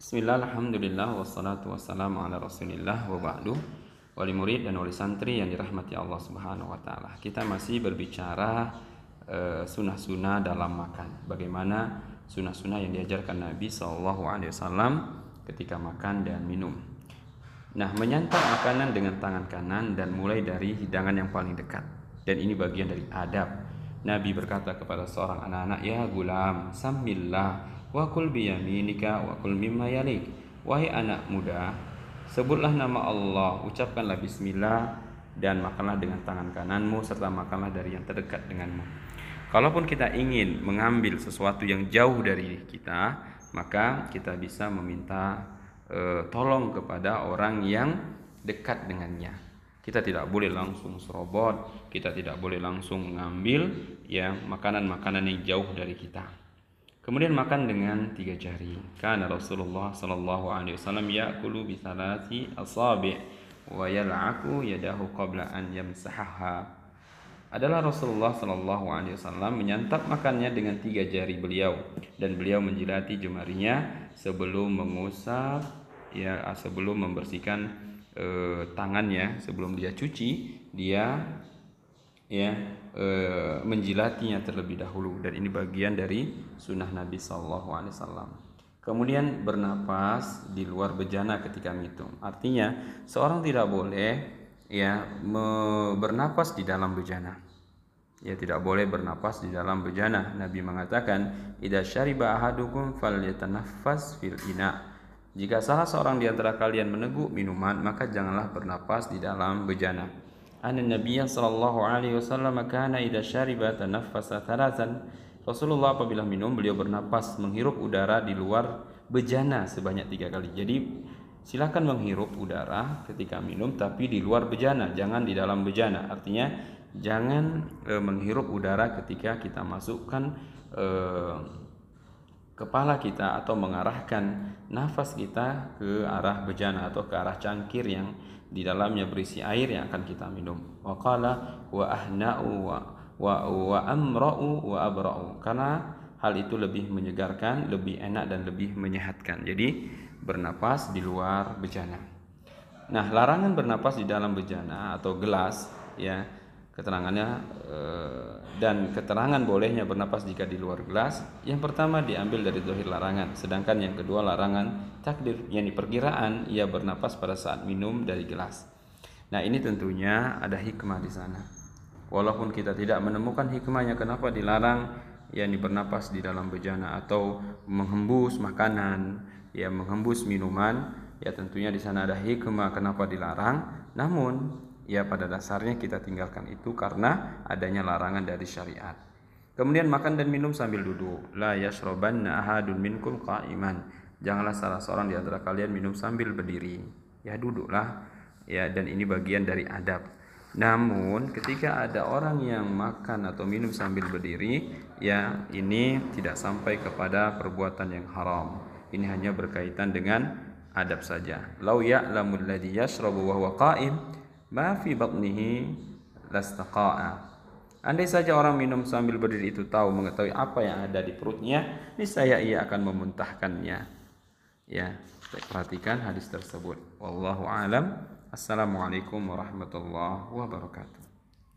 Bismillah, alhamdulillah, wassalatu wassalamu ala rasulillah wa ba'du. Wali murid dan wali santri yang dirahmati Allah subhanahu wa ta'ala. Kita masih berbicara sunnah-sunnah dalam makan. Bagaimana sunnah-sunnah yang diajarkan Nabi SAW ketika makan dan minum. Nah, menyantap makanan dengan tangan kanan dan mulai dari hidangan yang paling dekat. Dan ini bagian dari adab. Nabi berkata kepada seorang anak-anak, "Ya gulam, samillah wa kul biyaminika wa kul mimma yalik." Wahai anak muda, sebutlah nama Allah, ucapkanlah bismillah dan makanlah dengan tangan kananmu serta makanlah dari yang terdekat denganmu. Kalaupun kita ingin mengambil sesuatu yang jauh dari kita, maka kita bisa meminta tolong kepada orang yang dekat dengannya. Kita tidak boleh langsung serobot, kita tidak boleh langsung mengambil makanan-makanan yang jauh dari kita. Kemudian makan dengan 3 jari. Karena Rasulullah sallallahu alaihi wasallam ya'kulu bi thalathi asabi' wa yal'aku yadahu qabla an yamsahaha. Adalah Rasulullah sallallahu alaihi wasallam menyantap makannya dengan 3 jari beliau dan beliau menjilati jemarinya sebelum mengusap sebelum membersihkan tangannya, sebelum dia cuci dia menjilatinya terlebih dahulu, dan ini bagian dari sunnah Nabi SAW. Kemudian bernapas di luar bejana ketika minum. Artinya seorang tidak boleh bernapas di dalam bejana. Tidak boleh bernapas di dalam bejana. Nabi mengatakan, "Idza syariba ahadukum falyatanaffas fil ina." Jika salah seorang di antara kalian meneguk minuman, maka janganlah bernapas di dalam bejana. Anna Nabiya sallallahu alaihi wasallam kana idza syariba tanaffasa thalathan. Rasulullah apabila minum, beliau bernapas menghirup udara di luar bejana sebanyak 3 kali. Jadi silakan menghirup udara ketika minum, tapi di luar bejana, jangan di dalam bejana. Artinya jangan menghirup udara ketika kita masukkan kepala kita atau mengarahkan nafas kita ke arah bejana atau ke arah cangkir yang di dalamnya berisi air yang akan kita minum. Wa qala wa ahna'u wa amra'u wa abra'u. Karena hal itu lebih menyegarkan, lebih enak dan lebih menyehatkan. Jadi bernapas di luar bejana. Nah, larangan bernapas di dalam bejana atau gelas keterangannya dan keterangan bolehnya bernapas jika di luar gelas. Yang pertama diambil dari zahir larangan, sedangkan yang kedua larangan takdir, yang perkiraan ia bernapas pada saat minum dari gelas. Nah, ini tentunya ada hikmah di sana. Walaupun kita tidak menemukan hikmahnya kenapa dilarang bernapas di dalam bejana atau menghembus makanan, menghembus minuman, tentunya di sana ada hikmah kenapa dilarang. Namun pada dasarnya kita tinggalkan itu karena adanya larangan dari syariat. Kemudian makan dan minum sambil duduk. La yashrabanna ahadun minkum qa'iman. Janganlah salah seorang di antara kalian minum sambil berdiri. Duduklah. Dan ini bagian dari adab. Namun ketika ada orang yang makan atau minum sambil berdiri, ini tidak sampai kepada perbuatan yang haram. Ini hanya berkaitan dengan adab saja. Lau ya'lamul ladzi yashrabu wa huwa qa'im ma fi batnihi lastaqa'a. Andai saja orang minum sambil berdiri itu mengetahui apa yang ada di perutnya, niscaya ia akan memuntahkannya. Perhatikan hadis tersebut. Wallahu a'lam. Assalamualaikum warahmatullahi wabarakatuh.